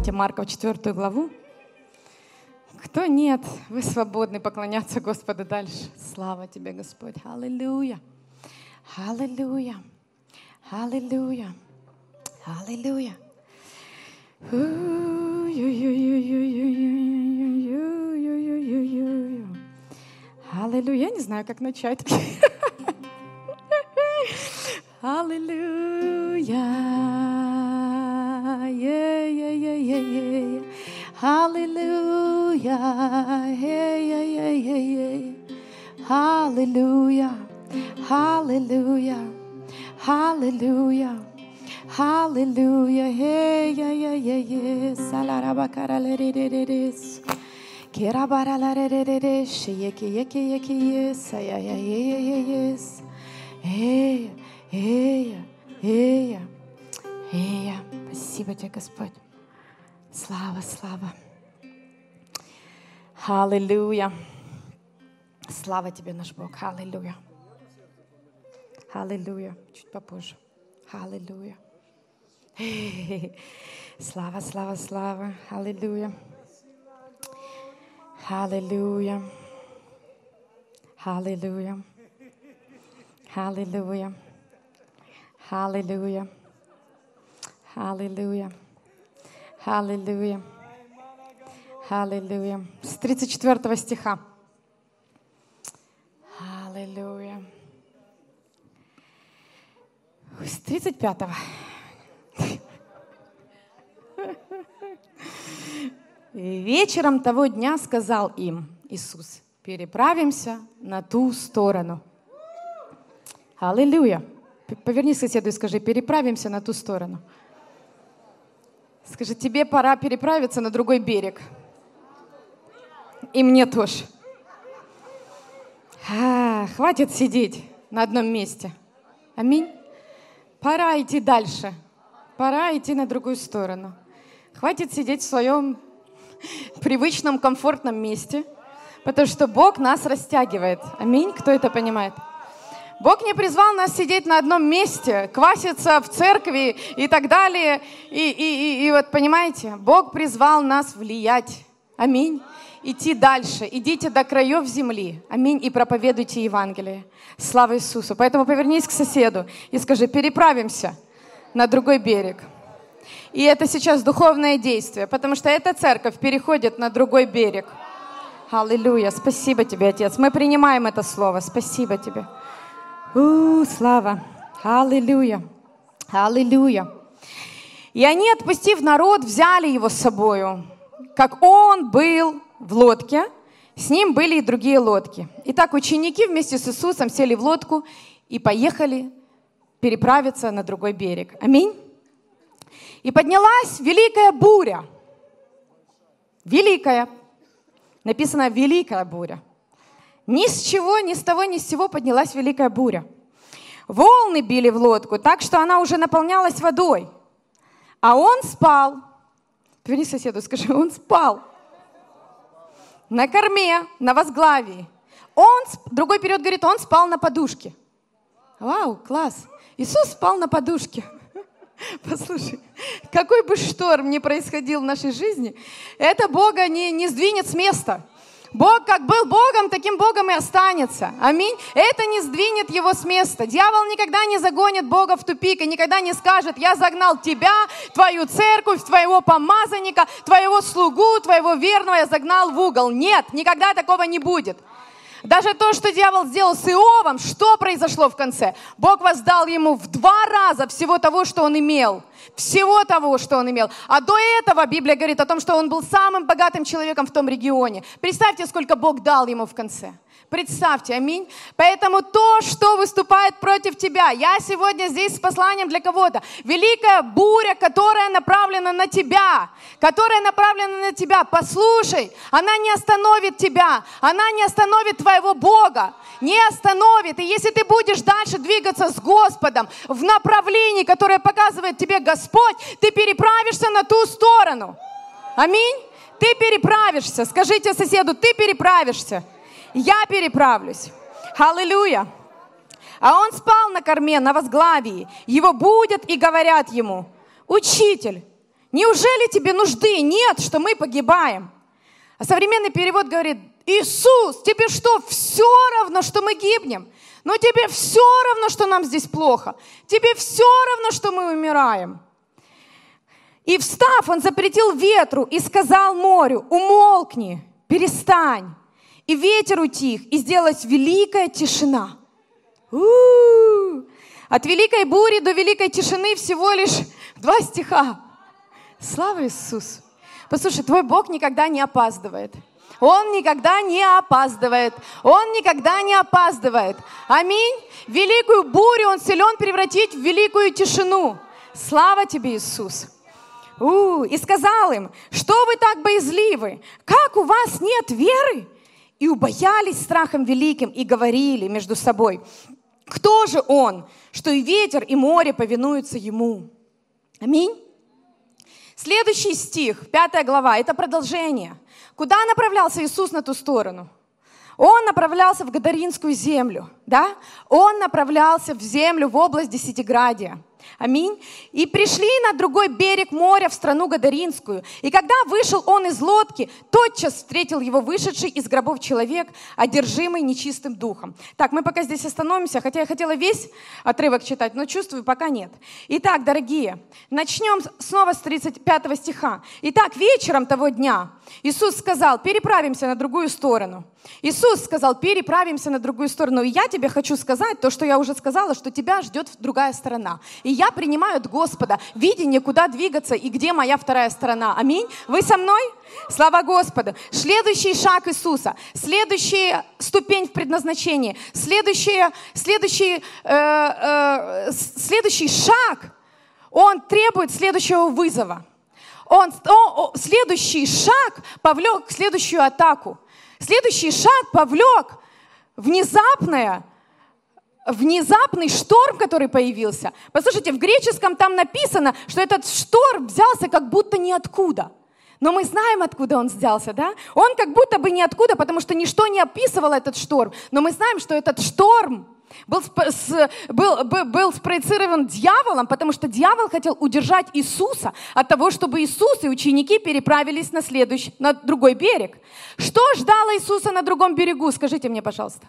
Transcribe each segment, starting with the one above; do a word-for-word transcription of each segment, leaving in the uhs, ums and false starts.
Открывайте Маркова четвёртую главу. Кто нет, вы свободны поклоняться Господу дальше. Слава Тебе, Господь. Аллилуйя. Аллилуйя. Аллилуйя. Аллилуйя. Аллилуйя. Я не знаю, как начать. Аллилуйя. Аллилуйя. Аллилуйя. Аллилуйя. Аллилуйя. Аллилуйя. Hey, yeah, yeah, yeah, yeah. Salarabakaralerererers. Kerabaralarerereres. Yeki, yeki, yeki, yes. Yeah, yeah, yeah, yeah, yes. Hey, hey, hey, hey. Спасибо Тебе, Господь. Слава, слава. Аллилуйя. Слава Тебе, наш Бог. Аллилуйя. Аллилуйя. Чуть попозже. Аллилуйя. Слава, слава, слава. Аллилуйя. Аллилуйя. Аллилуйя. Аллилуйя. Аллилуйя. Аллилуйя. Аллилуйя. Аллилуйя. С тридцать четвёртого стиха. Аллилуйя. С тридцать пятого. Вечером того дня сказал им Иисус: переправимся на ту сторону. Аллилуйя. Поверни к соседу и скажи: переправимся на ту сторону. Скажи: тебе пора переправиться на другой берег. И мне тоже. А, хватит сидеть на одном месте. Аминь. Пора идти дальше. Пора идти на другую сторону. Хватит сидеть в своем привычном, комфортном месте, потому что Бог нас растягивает. Аминь. Кто это понимает? Бог не призвал нас сидеть на одном месте, кваситься в церкви и так далее. И, и, и, и вот понимаете, Бог призвал нас влиять. Аминь. Идти дальше. Идите до краев земли. Аминь. И проповедуйте Евангелие. Слава Иисусу. Поэтому повернись к соседу и скажи: переправимся на другой берег. И это сейчас духовное действие, потому что эта церковь переходит на другой берег. Аллилуйя. Спасибо Тебе, Отец. Мы принимаем это слово. Спасибо Тебе. У, слава. Аллилуйя. Аллилуйя. И они, отпустив народ, взяли его с собою. Как он был в лодке, с ним были и другие лодки. Итак, ученики вместе с Иисусом сели в лодку и поехали переправиться на другой берег. Аминь. И поднялась великая буря. Великая. Написано великая буря. Ни с чего, ни с того, ни с сего поднялась великая буря. Волны били в лодку так, что она уже наполнялась водой. А он спал. Поверни соседу, скажи: он спал. На корме, на возглавии. Он, другой период говорит, он спал на подушке. Вау, класс. Иисус спал на подушке. Послушай, какой бы шторм ни происходил в нашей жизни, это Бога не, не сдвинет с места. Бог как был Богом, таким Богом и останется. Аминь. Это не сдвинет его с места. Дьявол никогда не загонит Бога в тупик и никогда не скажет: я загнал тебя, твою церковь, твоего помазанника, твоего слугу, твоего верного я загнал в угол. Нет, никогда такого не будет. Даже то, что дьявол сделал с Иовом, что произошло в конце? Бог воздал ему в два раза всего того, что он имел. Всего того, что он имел. А до этого Библия говорит о том, что он был самым богатым человеком в том регионе. Представьте, сколько Бог дал ему в конце. Представьте, аминь. Поэтому то, что выступает против тебя, я сегодня здесь с посланием для кого-то. Великая буря, которая направлена на тебя, которая направлена на тебя, послушай, она не остановит тебя, она не остановит твоего Бога, не остановит. И если ты будешь дальше двигаться с Господом в направлении, которое показывает тебе Господь, ты переправишься на ту сторону. Аминь. Ты переправишься. Скажите соседу: ты переправишься. Я переправлюсь. Аллилуйя. А он спал на корме, на возглавии. Его будят и говорят ему: учитель, Неужели тебе нужды нет, что мы погибаем? А современный перевод говорит: Иисус, тебе что, все равно, что мы гибнем? Но тебе все равно, что нам здесь плохо. Тебе все равно, что мы умираем. И встав, он запретил ветру и сказал морю: умолкни, перестань. И ветер утих, и сделалась великая тишина. У-у-у. От великой бури до великой тишины всего лишь два стиха. Слава Иисусу! Послушай, твой Бог никогда не опаздывает. Он никогда не опаздывает. Он никогда не опаздывает. Аминь. Великую бурю Он силен превратить в великую тишину. Слава тебе, Иисус. У-у-у. И сказал им: что вы так боязливы? Как у вас нет веры? И убоялись страхом великим и говорили между собой: кто же Он, что и ветер, и море повинуются Ему? Аминь. Следующий стих, пятая глава, это продолжение. Куда направлялся Иисус на ту сторону? Он направлялся в Гадаринскую землю, да? Он направлялся в землю, в область Десятиградия. Аминь. И пришли на другой берег моря, в страну Гадаринскую. И когда вышел он из лодки, тотчас встретил его вышедший из гробов человек, одержимый нечистым духом. Так, мы пока здесь остановимся, хотя я хотела весь отрывок читать, но чувствую, пока нет. Итак, дорогие, начнем снова с тридцать пятого стиха. Итак, вечером того дня Иисус сказал: переправимся на другую сторону. Иисус сказал: переправимся на другую сторону. И я тебе хочу сказать то, что я уже сказала, что тебя ждет другая сторона. И я принимаю от Господа видение, куда двигаться и где моя вторая сторона. Аминь. Вы со мной? Слава Господу. Следующий шаг Иисуса, следующая ступень в предназначении, следующий, следующий, э, э, следующий шаг, он требует следующего вызова. Он, о, о, следующий шаг повлек следующую атаку. Следующий шаг повлек внезапное, внезапный шторм, который появился. Послушайте, в греческом там написано, что этот шторм взялся как будто ниоткуда. Но мы знаем, откуда он взялся, да? Он как будто бы ниоткуда, потому что ничто не описывало этот шторм. Но мы знаем, что этот шторм был, был, был, был спроецирован дьяволом, потому что дьявол хотел удержать Иисуса от того, чтобы Иисус и ученики переправились на, следующий, на другой берег. Что ждало Иисуса на другом берегу? Скажите мне, пожалуйста.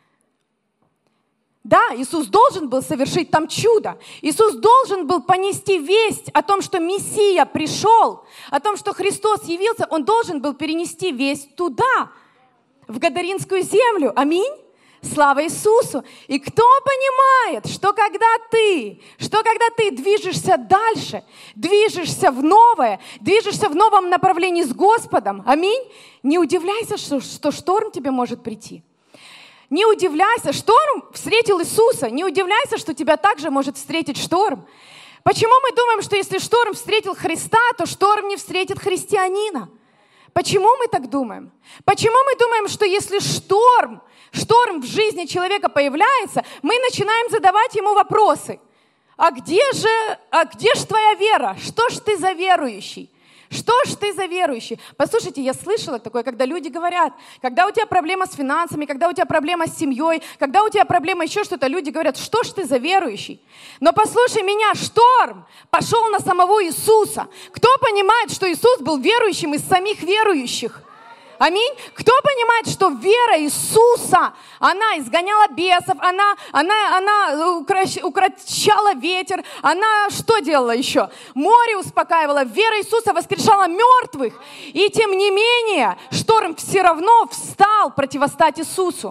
Да, Иисус должен был совершить там чудо. Иисус должен был понести весть о том, что Мессия пришел, о том, что Христос явился. Он должен был перенести весть туда, в Гадаринскую землю. Аминь. Слава Иисусу! И кто понимает, что когда ты, что когда ты движешься дальше, движешься в новое, движешься в новом направлении с Господом, аминь, не удивляйся, что, что шторм тебе может прийти. Не удивляйся, шторм встретил Иисуса, не удивляйся, что тебя также может встретить шторм. Почему мы думаем, что если шторм встретил Христа, то шторм не встретит христианина? Почему мы так думаем? Почему мы думаем, что если шторм, шторм в жизни человека появляется, мы начинаем задавать ему вопросы? А где же, а где же твоя вера? Что ж ты за верующий? Что ж ты за верующий? Послушайте, я слышала такое, когда люди говорят, когда у тебя проблема с финансами, когда у тебя проблема с семьей, когда у тебя проблема еще что-то, люди говорят: что ж ты за верующий? Но послушай меня, шторм пошел на самого Иисуса. Кто понимает, что Иисус был верующим из самих верующих? Аминь. Кто понимает, что вера Иисуса, она изгоняла бесов, она, она, она укротчала ветер, она что делала еще? Море успокаивала, вера Иисуса воскрешала мертвых. И тем не менее, шторм все равно встал противостать Иисусу.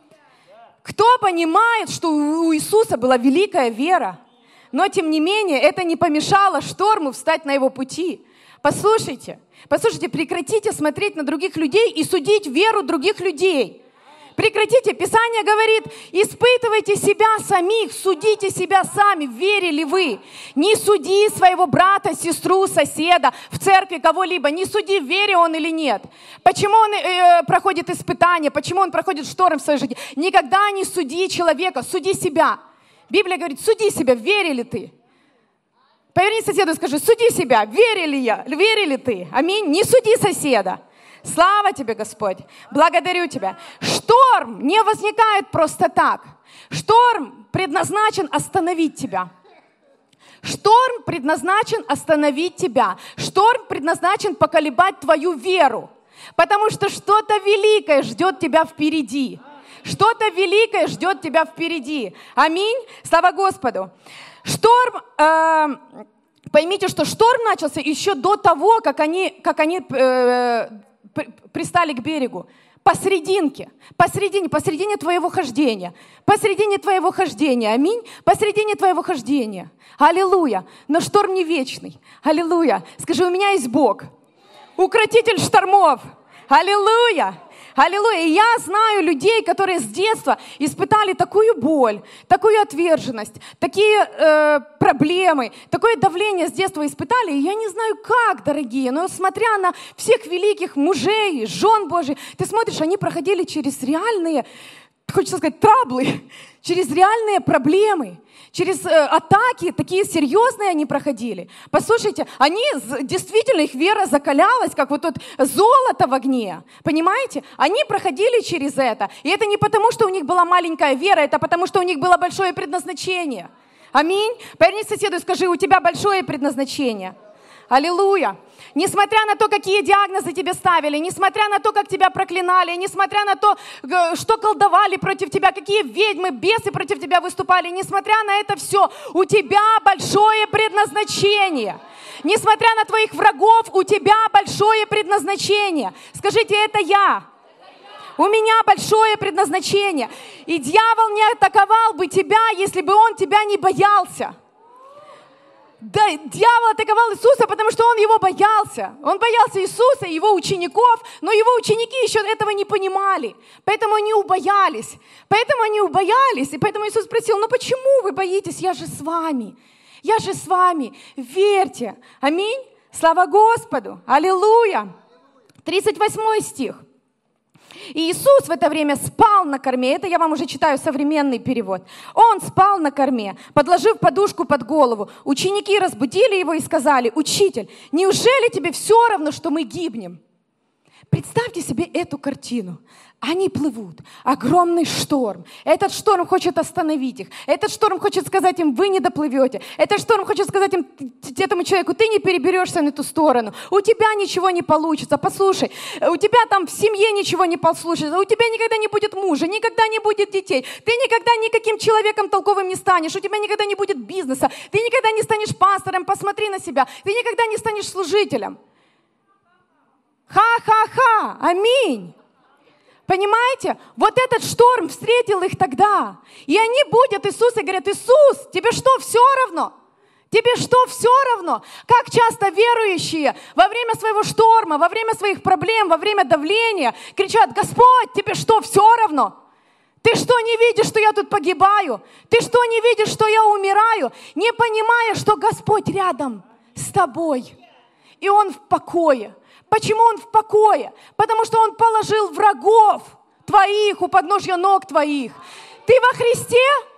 Кто понимает, что у Иисуса была великая вера, но тем не менее это не помешало шторму встать на его пути. Послушайте, послушайте, прекратите смотреть на других людей и судить веру других людей. Прекратите, Писание говорит: испытывайте себя самих, судите себя сами, верили вы. Не суди своего брата, сестру, соседа, в церкви кого-либо, не суди, в вере он или нет. Почему он э, проходит испытания, почему он проходит шторм в своей жизни. Никогда не суди человека, суди себя. Библия говорит: суди себя, верили ты. Поверни соседу и скажи: суди себя, верили я, верили ты. Аминь. Не суди соседа. Слава тебе, Господь. Благодарю тебя. Шторм не возникает просто так. Шторм предназначен остановить тебя. Шторм предназначен остановить тебя. Шторм предназначен поколебать твою веру. Потому что что-то великое ждет тебя впереди. Что-то великое ждет тебя впереди. Аминь. Слава Господу. Шторм, э, поймите, что шторм начался еще до того, как они, как они э, пристали к берегу. Посрединке, посредине, посредине твоего хождения, посредине твоего хождения, аминь, посредине твоего хождения. Аллилуйя. Но шторм не вечный. Аллилуйя. Скажи, у меня есть Бог, укротитель штормов. Аллилуйя. Аллилуйя. И я знаю людей, которые с детства испытали такую боль, такую отверженность, такие э, проблемы, такое давление с детства испытали. И я не знаю как, дорогие, но смотря на всех великих мужей, жен Божьих, ты смотришь, они проходили через реальные, хочется сказать, траблы, через реальные проблемы. Через э, атаки, такие серьезные они проходили. Послушайте, они, действительно, их вера закалялась, как вот тут золото в огне. Понимаете? Они проходили через это. И это не потому, что у них была маленькая вера, это потому, что у них было большое предназначение. Аминь. Поверни соседу и скажи, у тебя большое предназначение. Аллилуйя. Несмотря на то, какие диагнозы тебе ставили, несмотря на то, как тебя проклинали, несмотря на то, что колдовали против тебя, какие ведьмы, бесы против тебя выступали, несмотря на это все, у тебя большое предназначение. Несмотря на твоих врагов, у тебя большое предназначение. Скажите, это я. У меня большое предназначение. И дьявол не атаковал бы тебя, если бы он тебя не боялся. Да, дьявол атаковал Иисуса, потому что он его боялся. Он боялся Иисуса и его учеников, но его ученики еще этого не понимали. Поэтому они убоялись. Поэтому они убоялись. И поэтому Иисус спросил, ну почему вы боитесь? Я же с вами. Я же с вами. Верьте. Аминь. Слава Господу. Аллилуйя. тридцать восьмой стих. И Иисус в это время спал на корме. Это я вам уже читаю современный перевод. Он спал на корме, подложив подушку под голову. Ученики разбудили его и сказали, «Учитель, неужели тебе все равно, что мы гибнем?» Представьте себе эту картину. Они плывут, огромный шторм. Этот шторм хочет остановить их. Этот шторм хочет сказать им, вы не доплывете. Этот шторм хочет сказать им, этому человеку, ты не переберешься на ту сторону. У тебя ничего не получится. Послушай, у тебя там в семье ничего не получится. У тебя никогда не будет мужа, никогда не будет детей. Ты никогда никаким человеком толковым не станешь. У тебя никогда не будет бизнеса. Ты никогда не станешь пастором. Посмотри на себя. Ты никогда не станешь служителем. Ха-ха-ха. Аминь. Понимаете? Вот этот шторм встретил их тогда. И они будут Иисуса и говорят, Иисус, тебе что, все равно? Тебе что, все равно? Как часто верующие во время своего шторма, во время своих проблем, во время давления кричат, Господь, тебе что, все равно? Ты что, не видишь, что я тут погибаю? Ты что, не видишь, что я умираю? Не понимая, что Господь рядом с тобой. И Он в покое. Почему Он в покое? Потому что Он положил врагов твоих у подножья ног твоих. Ты во Христе?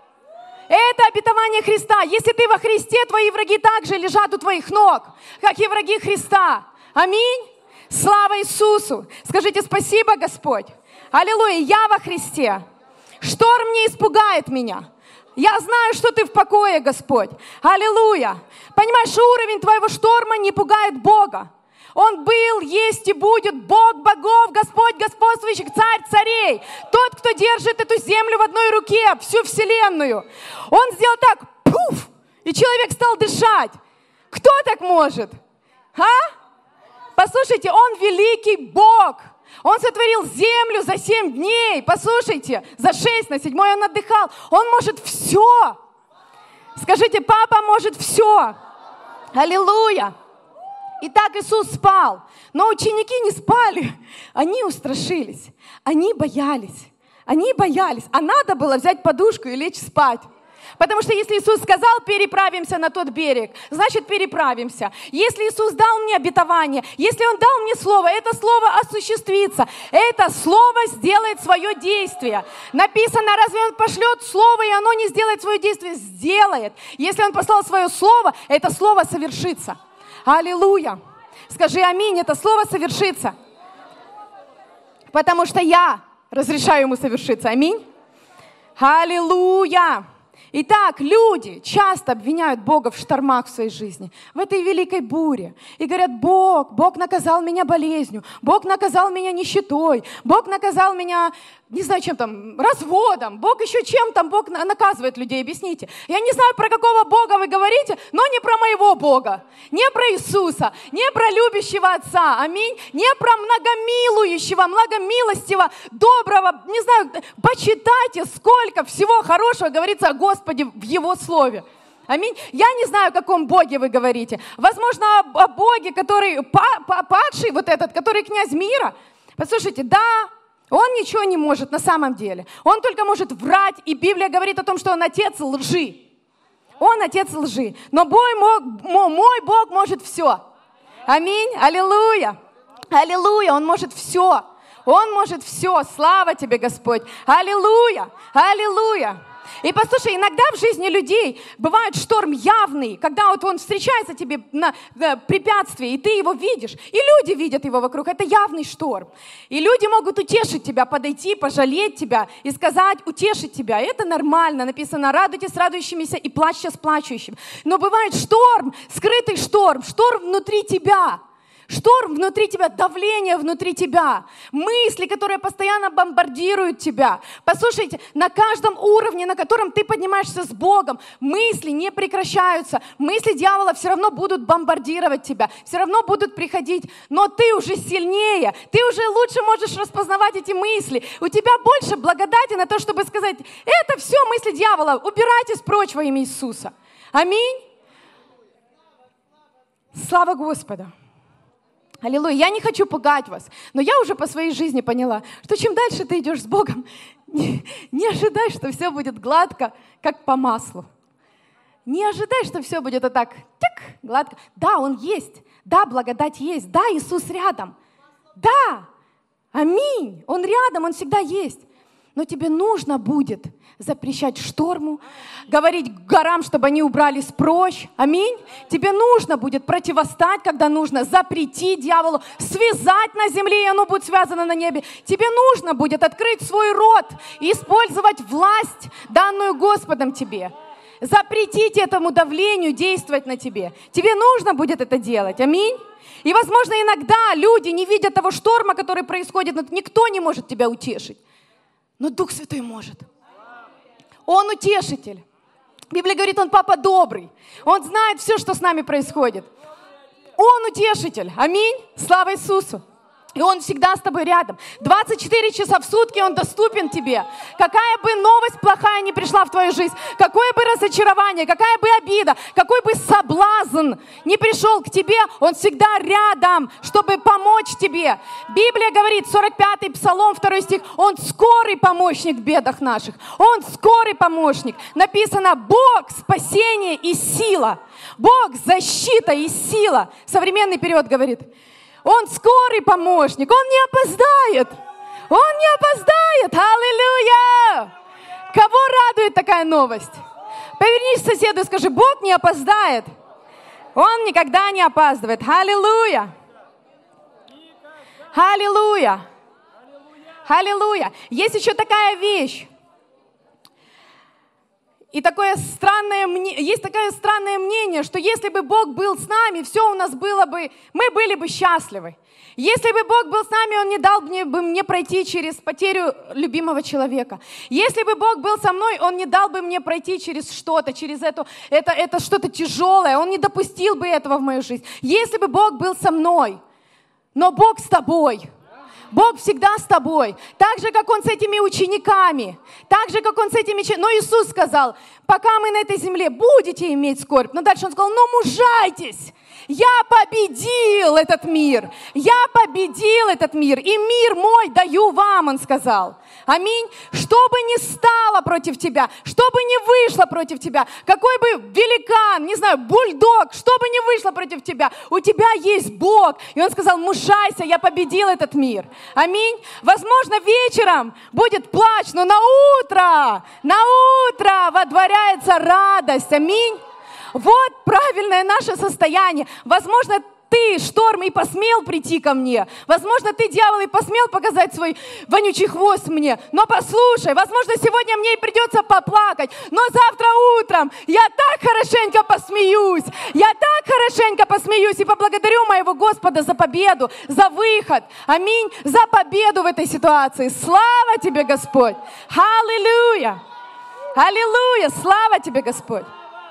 Это обетование Христа. Если ты во Христе, твои враги также лежат у твоих ног, как и враги Христа. Аминь. Слава Иисусу. Скажите спасибо, Господь. Аллилуйя. Я во Христе. Шторм не испугает меня. Я знаю, что ты в покое, Господь. Аллилуйя. Понимаешь, уровень твоего шторма не пугает Бога. Он был, есть и будет Бог богов, Господь господствующих, Царь царей. Тот, кто держит эту землю в одной руке, всю вселенную. Он сделал так, пуф, и человек стал дышать. Кто так может? А? Послушайте, Он великий Бог. Он сотворил землю за семь дней. Послушайте, за шесть, на седьмой Он отдыхал. Он может все. Скажите, Папа может все. Аллилуйя. Итак, Иисус спал, но ученики не спали, они устрашились, они боялись, они боялись, а надо было взять подушку и лечь спать. Потому что если Иисус сказал, переправимся на тот берег, значит переправимся. Если Иисус дал мне обетование, если Он дал мне слово, это слово осуществится, это слово сделает свое действие. Написано, разве Он пошлет слово, и оно не сделает свое действие? Сделает. Если Он послал свое слово, это слово совершится. Аллилуйя. Скажи аминь, это слово совершится. Потому что я разрешаю ему совершиться. Аминь. Аллилуйя. Итак, люди часто обвиняют Бога в штормах в своей жизни, в этой великой буре. И говорят: Бог, Бог наказал меня болезнью, Бог наказал меня нищетой, Бог наказал меня, не знаю, чем там, разводом, Бог еще чем там, Бог наказывает людей, объясните. Я не знаю, про какого Бога вы говорите, но не про моего Бога, не про Иисуса, не про любящего Отца, аминь, не про многомилующего, многомилостивого, доброго, не знаю, почитайте, сколько всего хорошего говорится о Господе в Его Слове. Аминь. Я не знаю, о каком Боге вы говорите. Возможно, о, о Боге, который падший, вот этот, который князь мира. Послушайте, да, он ничего не может на самом деле. Он только может врать, и Библия говорит о том, что он отец лжи. Он отец лжи. Но мой, мой, мой Бог может все. Аминь. Аллилуйя. Аллилуйя. Он может все. Он может все. Слава тебе, Господь. Аллилуйя. Аллилуйя. И послушай, иногда в жизни людей бывает шторм явный, когда вот он встречается тебе на, на препятствии, и ты его видишь, и люди видят его вокруг, это явный шторм. И люди могут утешить тебя, подойти, пожалеть тебя и сказать, утешить тебя. И это нормально, написано: радуйтесь с радующимися и плачьте с плачущим. Но бывает шторм, скрытый шторм, шторм внутри тебя. Шторм внутри тебя, давление внутри тебя, мысли, которые постоянно бомбардируют тебя. Послушайте, на каждом уровне, на котором ты поднимаешься с Богом, мысли не прекращаются. Мысли дьявола все равно будут бомбардировать тебя, все равно будут приходить. Но ты уже сильнее, ты уже лучше можешь распознавать эти мысли. У тебя больше благодати на то, чтобы сказать: это все мысли дьявола, убирайтесь прочь во имя Иисуса. Аминь. Слава Господу. Аллилуйя. Я не хочу пугать вас, но я уже по своей жизни поняла, что чем дальше ты идешь с Богом, не, не ожидай, что все будет гладко, как по маслу. Не ожидай, что все будет вот так, тик, гладко. Да, Он есть, да, благодать есть, да, Иисус рядом, да, аминь, Он рядом, Он всегда есть. Но тебе нужно будет запрещать шторму, говорить горам, чтобы они убрались прочь. Аминь. Тебе нужно будет противостать, когда нужно, запретить дьяволу, связать на земле, и оно будет связано на небе. Тебе нужно будет открыть свой рот и использовать власть, данную Господом тебе. Запретить этому давлению действовать на тебе. Тебе нужно будет это делать. Аминь. И, возможно, иногда люди не видят того шторма, который происходит, но никто не может тебя утешить. Но Дух Святой может. Он утешитель. Библия говорит, Он папа добрый. Он знает все, что с нами происходит. Он утешитель. Аминь. Слава Иисусу. И Он всегда с тобой рядом. двадцать четыре часа в сутки Он доступен тебе. Какая бы новость плохая ни пришла в твою жизнь, какое бы разочарование, какая бы обида, какой бы соблазн не пришел к тебе, Он всегда рядом, чтобы помочь тебе. Библия говорит, сорок пятый Псалом, второй стих, Он скорый помощник в бедах наших. Он скорый помощник. Написано, Бог спасение и сила. Бог защита и сила. Современный перевод говорит. Он скорый помощник, Он не опоздает. Он не опоздает. Аллилуйя! Кого радует такая новость? Повернись к соседу и скажи, Бог не опоздает. Он никогда не опаздывает. Аллилуйя! Аллилуйя! Аллилуйя! Есть еще такая вещь. И такое странное, есть такое странное мнение, что если бы Бог был с нами, все у нас было бы, мы были бы счастливы. Если бы Бог был с нами, Он не дал мне, бы мне пройти через потерю любимого человека. Если бы Бог был со мной, Он не дал бы мне пройти через что-то, через это, это, это что-то тяжелое. Он не допустил бы этого в мою жизнь. Если бы Бог был со мной, но Бог с тобой. Бог всегда с тобой. Так же, как Он с этими учениками. Так же, как Он с этими... Но Иисус сказал, пока мы на этой земле будете иметь скорбь. Но дальше Он сказал, ну мужайтесь. Я победил этот мир. Я победил этот мир. И мир мой даю вам, Он сказал. Аминь. Что бы ни стало против тебя, что бы ни вышло против тебя, какой бы великан, не знаю, бульдог, что бы ни вышло против тебя, у тебя есть Бог. И Он сказал, мужайся, я победил этот мир. Аминь. Возможно, вечером будет плач, но на утро, на утро водворяется радость. Аминь. Вот правильное наше состояние. Возможно, ты, шторм, и посмел прийти ко мне. Возможно, ты, дьявол, и посмел показать свой вонючий хвост мне. Но послушай, возможно, сегодня мне и придется поплакать, но завтра утром я так хорошенько посмеюсь. Я так хорошенько посмеюсь и поблагодарю моего Господа за победу, за выход. Аминь. За победу в этой ситуации. Слава тебе, Господь. Аллилуйя. Аллилуйя. Слава тебе, Господь.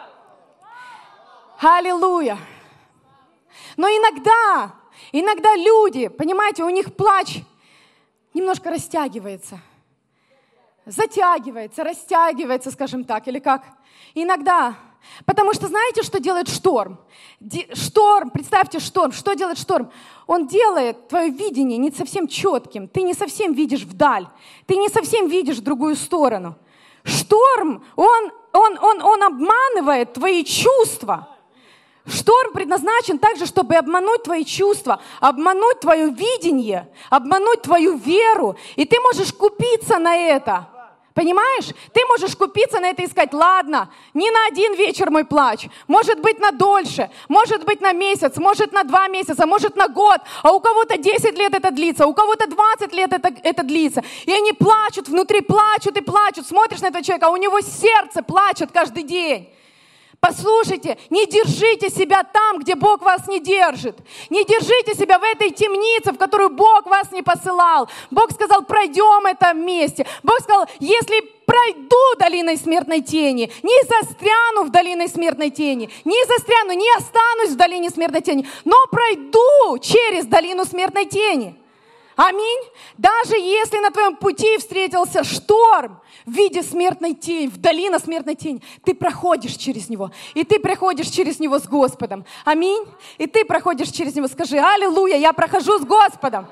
Аллилуйя. Но иногда, иногда люди, понимаете, у них плач немножко растягивается. Затягивается, растягивается, скажем так, или как? Иногда. Потому что знаете, что делает шторм? Шторм, представьте шторм. Что делает шторм? Он делает твое видение не совсем четким. Ты не совсем видишь вдаль. Ты не совсем видишь в другую сторону. Шторм, он, он, он, он обманывает твои чувства. Шторм предназначен также, чтобы обмануть твои чувства, обмануть твое видение, обмануть твою веру. И ты можешь купиться на это. Понимаешь? Ты можешь купиться на это и сказать: ладно, не на один вечер мой плач, может быть на дольше, может быть на месяц, может на два месяца, может на год, а у кого-то десять лет это длится, у кого-то двадцать лет это, это длится. И они плачут, внутри плачут и плачут. Смотришь на этого человека, а у него сердце плачет каждый день. Послушайте, не держите себя там, где Бог вас не держит. Не держите себя в этой темнице, в которую Бог вас не посылал. Бог сказал: пройдем это вместе. Бог сказал: если пройду долиной смертной тени, не застряну в долине смертной тени, не застряну, не останусь в долине смертной тени, но пройду через долину смертной тени. Аминь. Даже если на твоем пути встретился шторм в виде смертной тени, в долине смертной тени, ты проходишь через него. И ты проходишь через него с Господом. Аминь. И ты проходишь через него. Скажи: аллилуйя, я прохожу с Господом.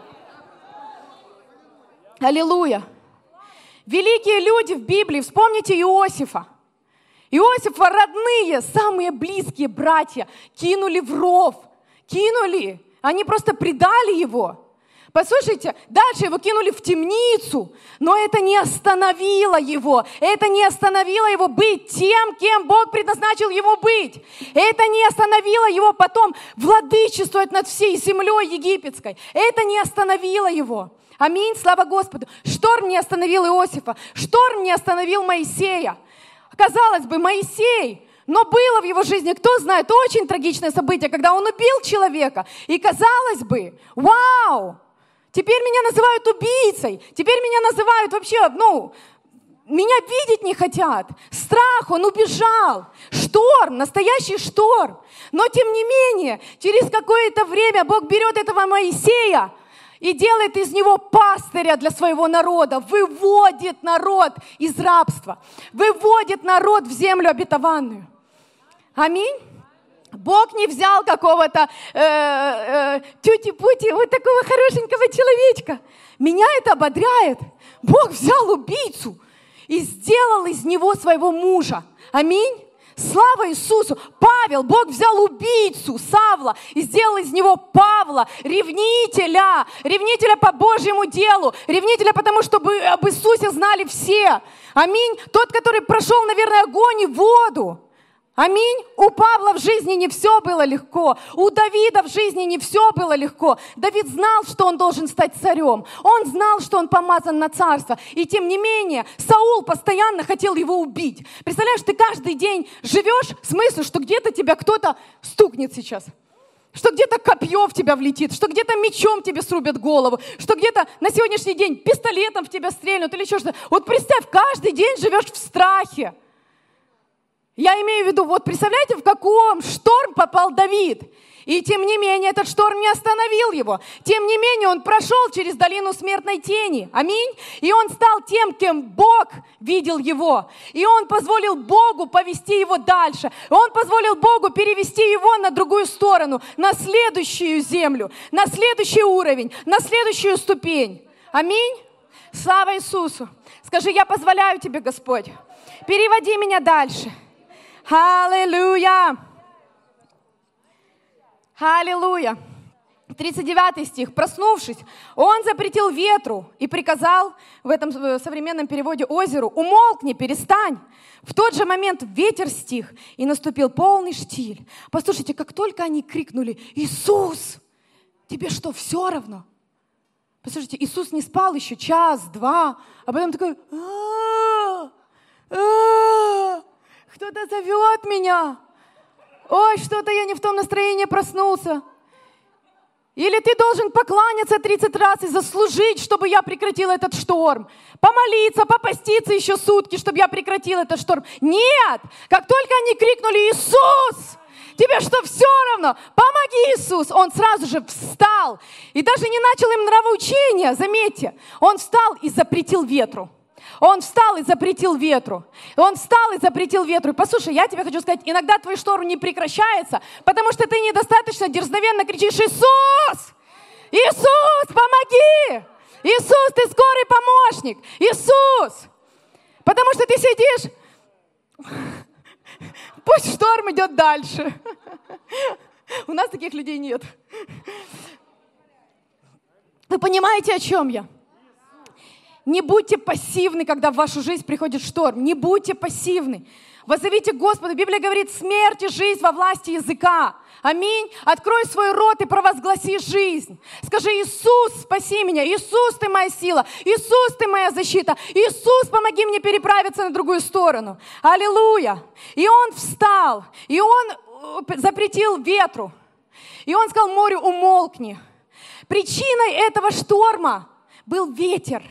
Аллилуйя. Великие люди в Библии, вспомните Иосифа. Иосифа родные, самые близкие братья кинули в ров. Кинули. Они просто предали его. Послушайте, дальше его кинули в темницу, но это не остановило его. Это не остановило его быть тем, кем Бог предназначил его быть. Это не остановило его потом владычествовать над всей землей египетской. Это не остановило его. Аминь, слава Господу. Шторм не остановил Иосифа. Шторм не остановил Моисея. Казалось бы, Моисей... Но было в его жизни, кто знает, очень трагичное событие, когда он убил человека. И казалось бы, вау, теперь меня называют убийцей, теперь меня называют вообще, ну, меня видеть не хотят. Страх, он убежал. Шторм, настоящий шторм. Но тем не менее, через какое-то время Бог берет этого Моисея и делает из него пастыря для своего народа, выводит народ из рабства, выводит народ в землю обетованную. Аминь. Бог не взял какого-то э, э, тюти-пути, вот такого хорошенького человечка. Меня это ободряет. Бог взял убийцу и сделал из него своего мужа. Аминь. Слава Иисусу! Павел, Бог взял убийцу Савла и сделал из него Павла, ревнителя, ревнителя по Божьему делу, ревнителя потому, чтобы об Иисусе знали все. Аминь. Тот, который прошел, наверное, огонь и воду. Аминь. У Павла в жизни не все было легко. У Давида в жизни не все было легко. Давид знал, что он должен стать царем. Он знал, что он помазан на царство. И тем не менее, Саул постоянно хотел его убить. Представляешь, ты каждый день живешь с мыслью, что где-то тебя кто-то стукнет сейчас. Что где-то копье в тебя влетит, что где-то мечом тебе срубят голову, что где-то на сегодняшний день пистолетом в тебя стрельнут или еще что-то. Вот представь, каждый день живешь в страхе. Я имею в виду, вот представляете, в каком шторм попал Давид. И тем не менее, этот шторм не остановил его. Тем не менее, он прошел через долину смертной тени. Аминь. И он стал тем, кем Бог видел его. И он позволил Богу повести его дальше. Он позволил Богу перевести его на другую сторону, на следующую землю, на следующий уровень, на следующую ступень. Аминь. Слава Иисусу. Скажи: я позволяю тебе, Господь. Переводи меня дальше. Аллилуйя! Аллилуйя! тридцать девятый стих. «Проснувшись, он запретил ветру и приказал, в этом современном переводе озеру, умолкни, перестань. В тот же момент ветер стих, и наступил полный штиль». Послушайте, как только они крикнули: «Иисус, тебе что, все равно?» Послушайте, Иисус не спал еще час, два, а потом такой: «А-а-а, а-а-а, кто-то зовет меня. Ой, что-то я не в том настроении проснулся». Или ты должен покланяться тридцать раз и заслужить, чтобы я прекратил этот шторм. Помолиться, попаститься еще сутки, чтобы я прекратил этот шторм. Нет! Как только они крикнули: «Иисус, тебе что, все равно? Помоги, Иисус!» Он сразу же встал. И даже не начал им нравоучения, заметьте. Он встал и запретил ветру. Он встал и запретил ветру. Он встал и запретил ветру. И послушай, я тебе хочу сказать, иногда твой шторм не прекращается, потому что ты недостаточно дерзновенно кричишь: «Иисус! Иисус, помоги! Иисус, ты скорый помощник! Иисус!» Потому что ты сидишь, пусть шторм идет дальше. У нас таких людей нет. Вы понимаете, о чем я? Не будьте пассивны, когда в вашу жизнь приходит шторм. Не будьте пассивны. Воззовите к Господу. Библия говорит: смерть и жизнь во власти языка. Аминь. Открой свой рот и провозгласи жизнь. Скажи: «Иисус, спаси меня. Иисус, ты моя сила. Иисус, ты моя защита. Иисус, помоги мне переправиться на другую сторону». Аллилуйя. И он встал, и он запретил ветру. И он сказал морю: «Умолкни». Причиной этого шторма был ветер.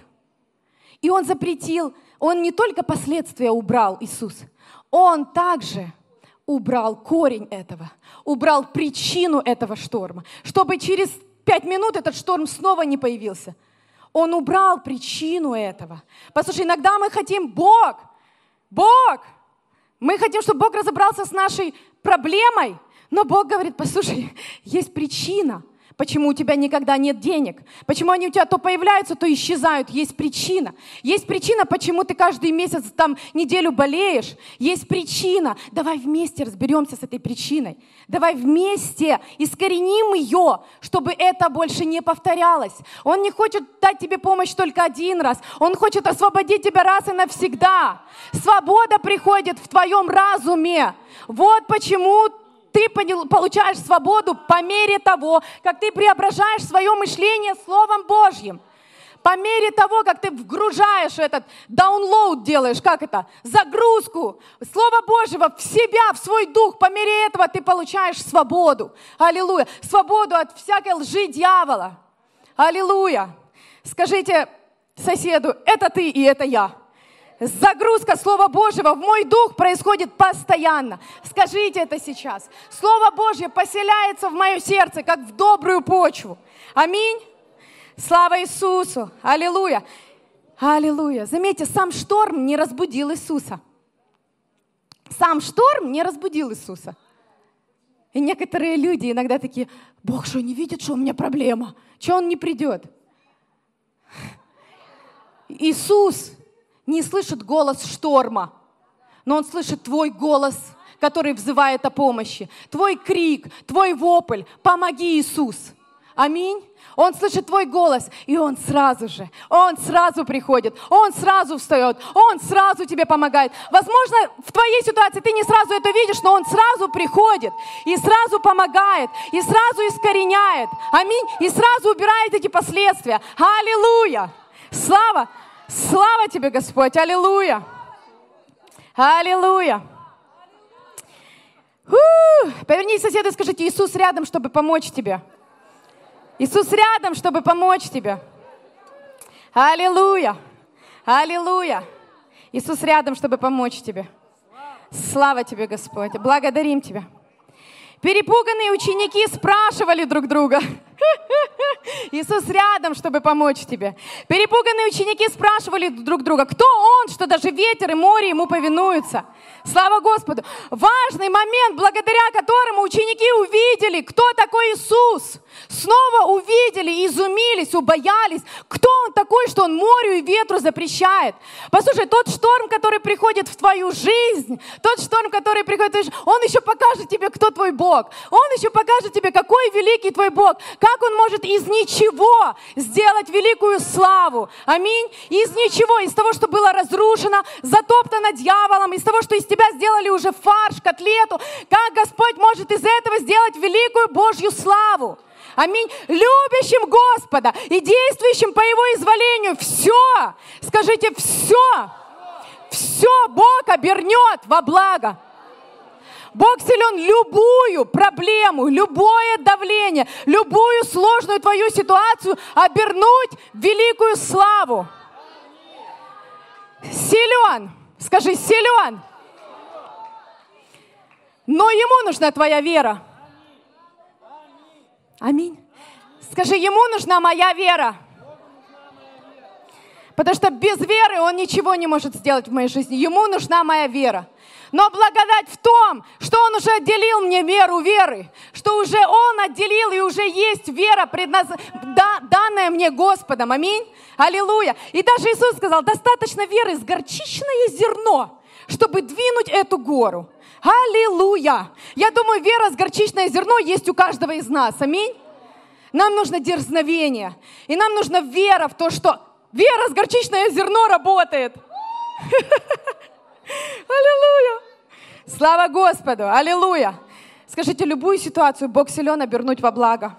И он запретил, он не только последствия убрал, Иисус, он также убрал корень этого, убрал причину этого шторма, чтобы через пять минут этот шторм снова не появился. Он убрал причину этого. Послушай, иногда мы хотим: Бог, Бог, мы хотим, чтобы Бог разобрался с нашей проблемой, но Бог говорит: послушай, есть причина. Почему у тебя никогда нет денег? Почему они у тебя то появляются, то исчезают? Есть причина. Есть причина, почему ты каждый месяц, там, неделю болеешь. Есть причина. Давай вместе разберемся с этой причиной. Давай вместе искореним ее, чтобы это больше не повторялось. Он не хочет дать тебе помощь только один раз. Он хочет освободить тебя раз и навсегда. Свобода приходит в твоем разуме. Вот почему ты получаешь свободу по мере того, как ты преображаешь свое мышление Словом Божьим. По мере того, как ты вгружаешь этот, даунлоуд делаешь, как это, загрузку Слова Божьего в себя, в свой дух, по мере этого ты получаешь свободу. Аллилуйя. Свободу от всякой лжи дьявола. Аллилуйя. Скажите соседу: это ты и это я. Загрузка Слова Божьего в мой дух происходит постоянно. Скажите это сейчас. Слово Божье поселяется в мое сердце, как в добрую почву. Аминь. Слава Иисусу. Аллилуйя. Аллилуйя. Заметьте, сам шторм не разбудил Иисуса. Сам шторм не разбудил Иисуса. И некоторые люди иногда такие: Бог что, не видит, что у меня проблема? Что Он не придет? Иисус не слышит голос шторма, но Он слышит твой голос, который взывает о помощи. Твой крик, твой вопль: помоги, Иисус. Аминь. Он слышит твой голос, и Он сразу же, Он сразу приходит, Он сразу встает, Он сразу тебе помогает. Возможно, в твоей ситуации ты не сразу это видишь, но Он сразу приходит, и сразу помогает, и сразу искореняет. Аминь. И сразу убирает эти последствия. Аллилуйя. Слава. Слава тебе, Господь! Аллилуйя! Аллилуйя! У-у-у. Повернись к соседу и скажите: Иисус рядом, чтобы помочь тебе. Иисус рядом, чтобы помочь тебе. Аллилуйя! Аллилуйя! Иисус рядом, чтобы помочь тебе. Слава тебе, Господь! Благодарим тебя. Перепуганные ученики спрашивали друг друга. Иисус рядом, чтобы помочь тебе. Перепуганные ученики спрашивали друг друга: кто Он, что даже ветер и море Ему повинуются? Слава Господу! Важный момент, благодаря которому ученики увидели, кто такой Иисус. Снова увидели, изумились, убоялись. Кто Он такой, что Он морю и ветру запрещает? Послушай, тот шторм, который приходит в твою жизнь, тот шторм, который приходит в твою жизнь, он еще покажет тебе, кто твой Бог. Он еще покажет тебе, какой великий твой Бог. Как Он может из ничего сделать великую славу? Аминь. Из ничего, из того, что было разрушено, затоптано дьяволом, из того, что из тебя сделали уже фарш, котлету. Как Господь может из этого сделать великую Божью славу? Аминь. Любящим Господа и действующим по Его изволению. Все, скажите, все, все Бог обернет во благо. Бог силен любую проблему, любое давление, любую сложную твою ситуацию обернуть в великую славу. Силен, скажи, силен. Но Ему нужна твоя вера. Аминь. Скажи, Ему нужна моя вера. Потому что без веры Он ничего не может сделать в моей жизни. Ему нужна моя вера. Но благодать в том, что Он уже отделил мне веру веры, что уже Он отделил и уже есть вера, предназ... да, данная мне Господом. Аминь. Аллилуйя. И даже Иисус сказал, достаточно веры с горчичное зерно, чтобы двинуть эту гору. Аллилуйя. Я думаю, вера с горчичное зерно есть у каждого из нас. Аминь. Нам нужно дерзновение. И нам нужна вера в то, что вера с горчичное зерно работает. Аллилуйя! Слава Господу! Аллилуйя! Скажите, любую ситуацию Бог силен обернуть во благо.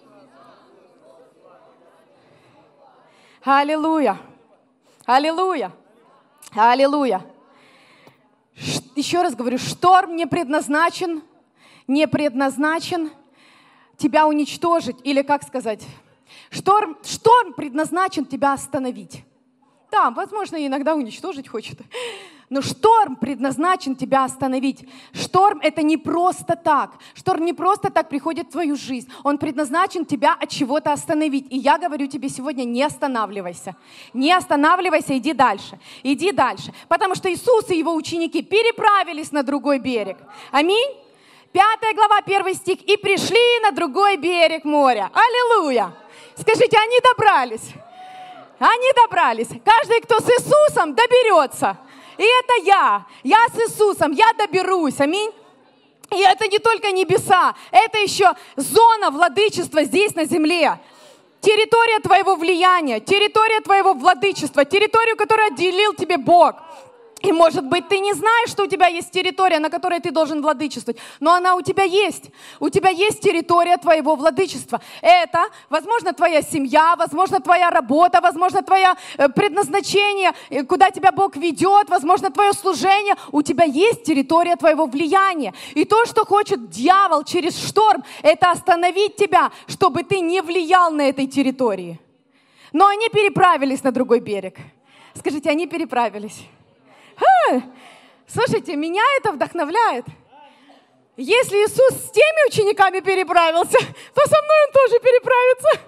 Аллилуйя! Аллилуйя! Аллилуйя! Еще раз говорю, шторм не предназначен, не предназначен тебя уничтожить. Или как сказать? Шторм, шторм предназначен тебя остановить. Да, возможно, иногда уничтожить хочет. Но шторм предназначен тебя остановить. Шторм — это не просто так. Шторм не просто так приходит в твою жизнь. Он предназначен тебя от чего-то остановить. И я говорю тебе сегодня, не останавливайся. Не останавливайся, иди дальше. Иди дальше. Потому что Иисус и Его ученики переправились на другой берег. Аминь. Пятая глава, первый стих. И пришли на другой берег моря. Аллилуйя. Скажите, они добрались. Они добрались. Каждый, кто с Иисусом, доберется. И это я. Я с Иисусом. Я доберусь. Аминь. И это не только небеса. Это еще зона владычества здесь на земле. Территория твоего влияния. Территория твоего владычества. Территорию, которую отделил тебе Бог. И, может быть, ты не знаешь, что у тебя есть территория, на которой ты должен владычествовать, но она у тебя есть. У тебя есть территория твоего владычества. Это, возможно, твоя семья, возможно, твоя работа, возможно, твое предназначение, куда тебя Бог ведет, возможно, твое служение. У тебя есть территория твоего влияния. И то, что хочет дьявол через шторм, это остановить тебя, чтобы ты не влиял на этой территории. Но они переправились на другой берег. Скажите, они переправились. А, слушайте, меня это вдохновляет. Если Иисус с теми учениками переправился, то со мной Он тоже переправится.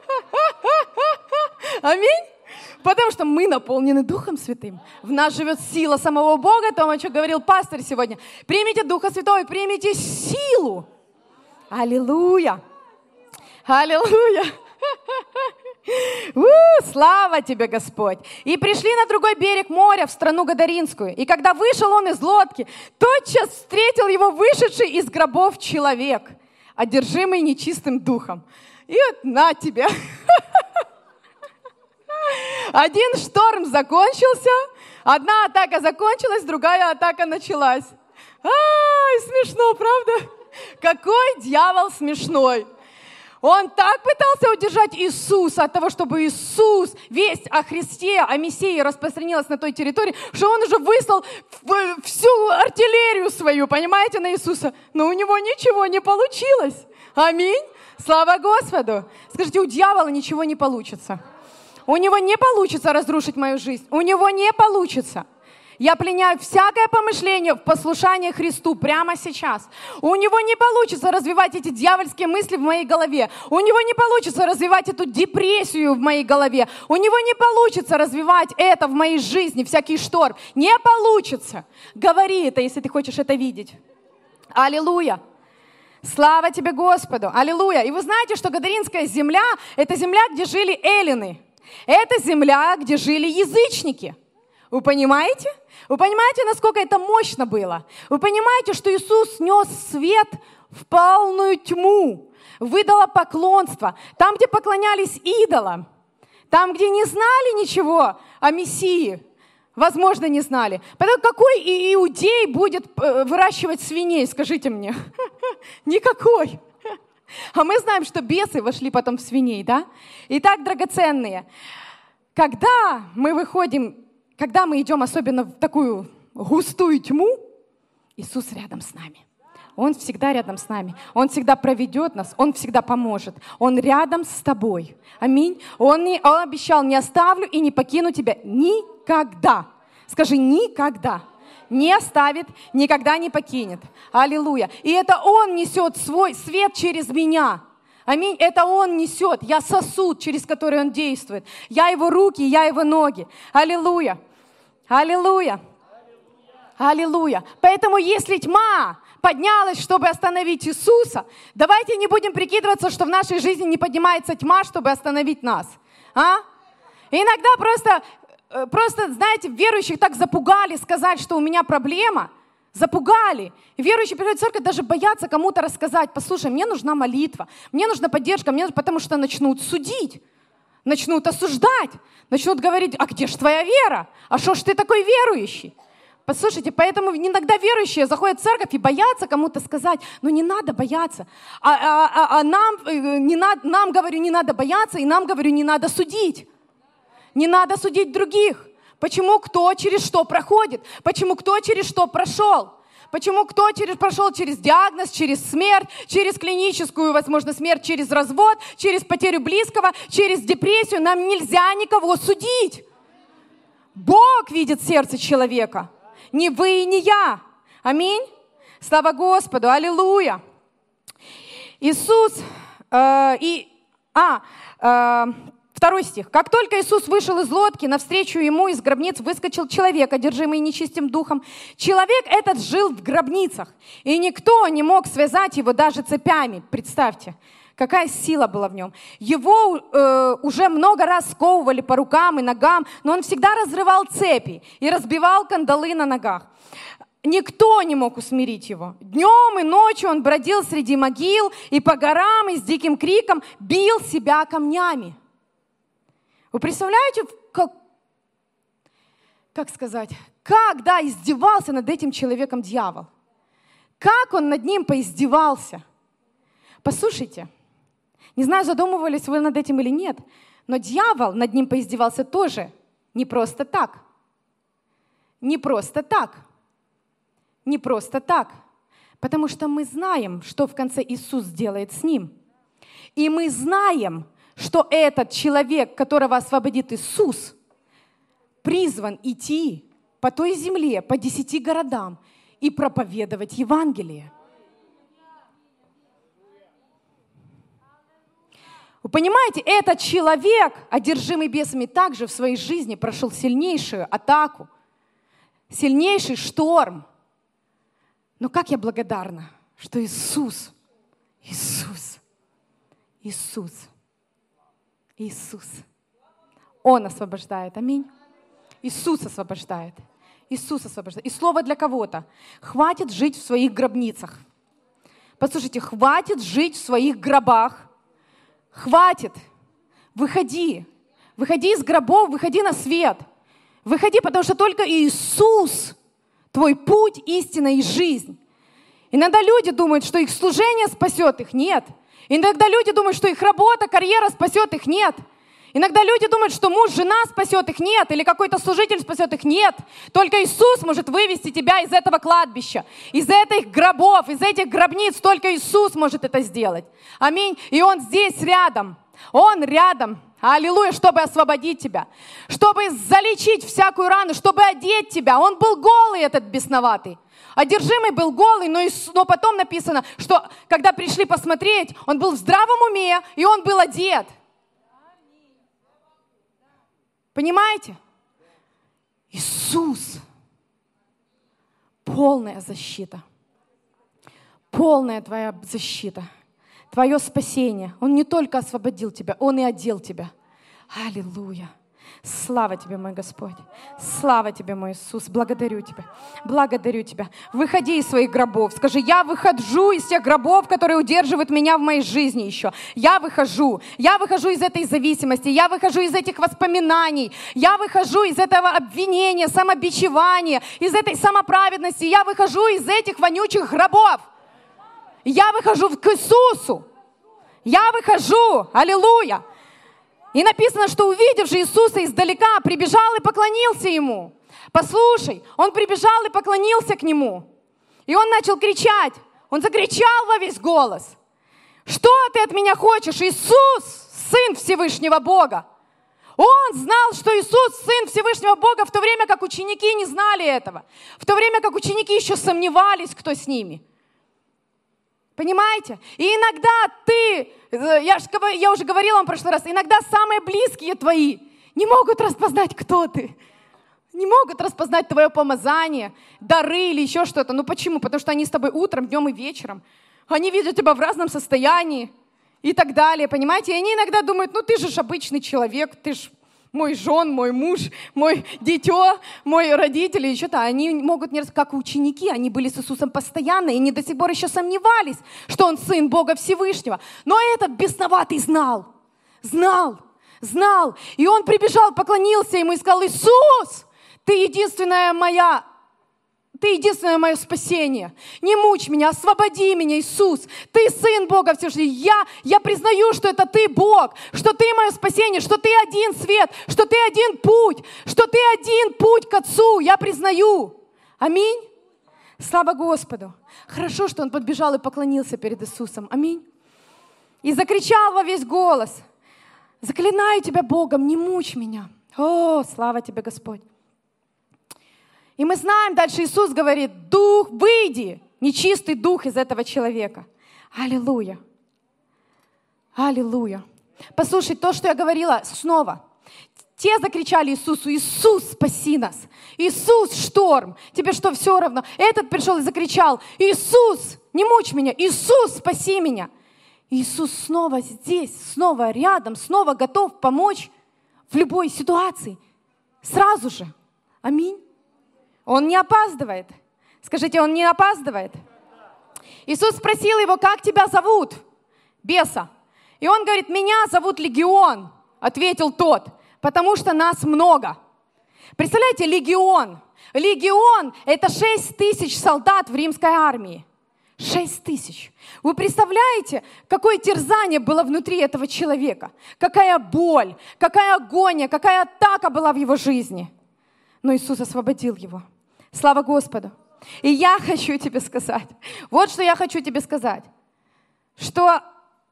Аминь. Потому что мы наполнены Духом Святым. В нас живет сила самого Бога, то, о чем говорил пастор сегодня. Примите Духа Святого и примите силу. Аллилуйя. Аллилуйя. У, слава тебе, Господь! И пришли на другой берег моря, в страну Гадаринскую. И когда вышел он из лодки, тотчас встретил его вышедший из гробов человек, одержимый нечистым духом. И вот на тебе. Один шторм закончился, одна атака закончилась, другая атака началась. Ай, смешно, правда? Какой дьявол смешной! Он так пытался удержать Иисуса от того, чтобы Иисус, весть о Христе, о Мессии распространилась на той территории, что он уже выслал всю артиллерию свою, понимаете, на Иисуса. Но у него ничего не получилось. Аминь. Слава Господу. Скажите, у дьявола ничего не получится. У него не получится разрушить мою жизнь. У него не получится. Я пленяю всякое помышление в послушании Христу прямо сейчас. У него не получится развивать эти дьявольские мысли в моей голове. У него не получится развивать эту депрессию в моей голове. У него не получится развивать это в моей жизни, всякий шторм. Не получится. Говори это, если ты хочешь это видеть. Аллилуйя. Слава тебе, Господу. Аллилуйя. И вы знаете, что Гадаринская земля – это земля, где жили эллины. Это земля, где жили язычники. Вы понимаете? Вы понимаете, насколько это мощно было? Вы понимаете, что Иисус нес свет в полную тьму? в идолопоклонство, там, где поклонялись идолам, там, где не знали ничего о Мессии, возможно, не знали. Поэтому какой иудей будет выращивать свиней, скажите мне? Никакой. А мы знаем, что бесы вошли потом в свиней, да? Итак, драгоценные, когда мы выходим, когда мы идем особенно в такую густую тьму, Иисус рядом с нами. Он всегда рядом с нами. Он всегда проведет нас, Он всегда поможет. Он рядом с тобой. Аминь. Он, не, он обещал, не оставлю и не покину тебя никогда. Скажи, никогда. Не оставит, никогда не покинет. Аллилуйя. И это Он несет свой свет через меня. Аминь. Это Он несет. Я сосуд, через который Он действует. Я Его руки, я Его ноги. Аллилуйя. Аллилуйя. Аллилуйя. Поэтому если тьма поднялась, чтобы остановить Иисуса, давайте не будем прикидываться, что в нашей жизни не поднимается тьма, чтобы остановить нас. А? Иногда просто, просто, знаете, верующих так запугали сказать, что у меня проблема. Запугали. И верующие приходят в церковь, даже боятся кому-то рассказать: послушай, мне нужна молитва, мне нужна поддержка, мне... потому что начнут судить, начнут осуждать, начнут говорить: а где ж твоя вера? А что ж ты такой верующий? Послушайте, поэтому иногда верующие заходят в церковь и боятся кому-то сказать: ну не надо бояться. А, а, а, а нам, не надо, нам, говорю, не надо бояться, и нам, говорю, не надо судить. Не надо судить других. Почему кто через что проходит? Почему кто через что прошел? Почему кто через, прошел через диагноз, через смерть, через клиническую, возможно, смерть, через развод, через потерю близкого, через депрессию? Нам нельзя никого судить. Бог видит сердце человека. Не вы и не я. Аминь. Слава Господу. Аллилуйя. Иисус э, и... А, э, второй стих. «Как только Иисус вышел из лодки, навстречу Ему из гробниц выскочил человек, одержимый нечистым духом. Человек этот жил в гробницах, и никто не мог связать его даже цепями». Представьте, какая сила была в нем. Его э, уже много раз сковывали по рукам и ногам, но он всегда разрывал цепи и разбивал кандалы на ногах. Никто не мог усмирить его. Днем и ночью он бродил среди могил и по горам, и с диким криком бил себя камнями. Вы представляете, как, как сказать, как, да, издевался над этим человеком дьявол? Как он над ним поиздевался? Послушайте, не знаю, задумывались вы над этим или нет, но дьявол над ним поиздевался тоже не просто так. Не просто так. Не просто так. Потому что мы знаем, что в конце Иисус делает с ним. И мы знаем, что этот человек, которого освободит Иисус, призван идти по той земле, по десяти городам и проповедовать Евангелие. Вы понимаете, этот человек, одержимый бесами, также в своей жизни прошел сильнейшую атаку, сильнейший шторм. Но как я благодарна, что Иисус, Иисус, Иисус, Иисус, Он освобождает. Аминь. Иисус освобождает. Иисус освобождает. И слово для кого-то. Хватит жить в своих гробницах. Послушайте, хватит жить в своих гробах. Хватит. Выходи. Выходи из гробов, выходи на свет. Выходи, потому что только Иисус твой путь, истина и жизнь. Иногда люди думают, что их служение спасет их. Нет. Иногда люди думают, что их работа, карьера спасет их. Нет. Иногда люди думают, что муж, жена спасет их. Нет. Или какой-то служитель спасет их. Нет. Только Иисус может вывести тебя из этого кладбища, из этих гробов, из этих гробниц. Только Иисус может это сделать. Аминь. И Он здесь рядом. Он рядом. Аллилуйя, чтобы освободить тебя, чтобы залечить всякую рану, чтобы одеть тебя. Он был голый, этот бесноватый. Одержимый был голый, но, но потом написано, что когда пришли посмотреть, он был в здравом уме, и он был одет. Понимаете? Иисус. Полная защита. Полная твоя защита. Твое спасение. Он не только освободил тебя, Он и одел тебя. Аллилуйя. Слава Тебе, мой Господь. Слава Тебе, мой Иисус. Благодарю Тебя. Благодарю Тебя. Выходи из своих гробов. Скажи, я выхожу из тех гробов, которые удерживают меня в моей жизни еще. Я выхожу. Я выхожу из этой зависимости. Я выхожу из этих воспоминаний. Я выхожу из этого обвинения, самобичевания, из этой самоправедности. Я выхожу из этих вонючих гробов. Я выхожу к Иисусу. Я выхожу. Аллилуйя. И написано, что увидевши Иисуса издалека, прибежал и поклонился Ему. Послушай, он прибежал и поклонился к Нему. И он начал кричать. Он закричал во весь голос. Что ты от меня хочешь? Иисус, Сын Всевышнего Бога. Он знал, что Иисус Сын Всевышнего Бога, в то время как ученики не знали этого. В то время как ученики еще сомневались, кто с ними. Понимаете? И иногда ты, я, ж, я уже говорила вам в прошлый раз, иногда самые близкие твои не могут распознать, кто ты. Не могут распознать твое помазание, дары или еще что-то. Ну почему? Потому что они с тобой утром, днем и вечером. Они видят тебя в разном состоянии и так далее, понимаете? И они иногда думают, ну ты же ж обычный человек, ты ж мой жен, мой муж, мой дитё, мой родитель и что-то. Они могут, не как ученики, они были с Иисусом постоянно, и они до сих пор еще сомневались, что Он Сын Бога Всевышнего. Но этот бесноватый знал, знал, знал. И он прибежал, поклонился Ему и сказал, Иисус, Ты единственная моя... Ты единственное мое спасение. Не мучь меня, освободи меня, Иисус. Ты Сын Бога Всевышнего. Я, я признаю, что это Ты Бог, что Ты мое спасение, что Ты один свет, что Ты один путь, что Ты один путь к Отцу. Я признаю. Аминь. Слава Господу. Хорошо, что он подбежал и поклонился перед Иисусом. Аминь. И закричал во весь голос. Заклинаю Тебя Богом, не мучь меня. О, слава Тебе, Господь. И мы знаем, дальше Иисус говорит, дух, выйди, нечистый дух из этого человека. Аллилуйя. Аллилуйя. Послушай, то, что я говорила снова. Те закричали Иисусу, Иисус, спаси нас. Иисус, шторм. Тебе что, все равно? Этот пришел и закричал, Иисус, не мучь меня. Иисус, спаси меня. Иисус снова здесь, снова рядом, снова готов помочь в любой ситуации. Сразу же. Аминь. Он не опаздывает. Скажите, он не опаздывает. Иисус спросил его, как тебя зовут? Беса. И он говорит, меня зовут Легион, ответил тот, потому что нас много. Представляете, Легион. Легион – это шесть тысяч солдат в римской армии. Шесть тысяч. Вы представляете, какое терзание было внутри этого человека? Какая боль, какая агония, какая атака была в его жизни. Но Иисус освободил его. Слава Господу. И я хочу тебе сказать, вот что я хочу тебе сказать, что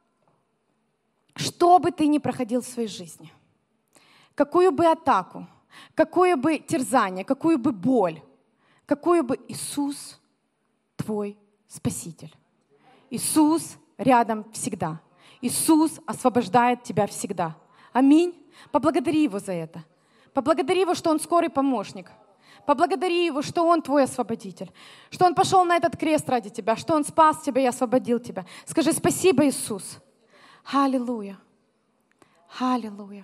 что бы ты ни проходил в своей жизни, какую бы атаку, какое бы терзание, какую бы боль, какую бы Иисус твой Спаситель. Иисус рядом всегда. Иисус освобождает тебя всегда. Аминь. Поблагодари Его за это. Поблагодари Его, что Он скорый помощник. Поблагодари Его, что Он твой освободитель. Что Он пошел на этот крест ради тебя. Что Он спас тебя и освободил тебя. Скажи спасибо, Иисус. Аллилуйя. Аллилуйя.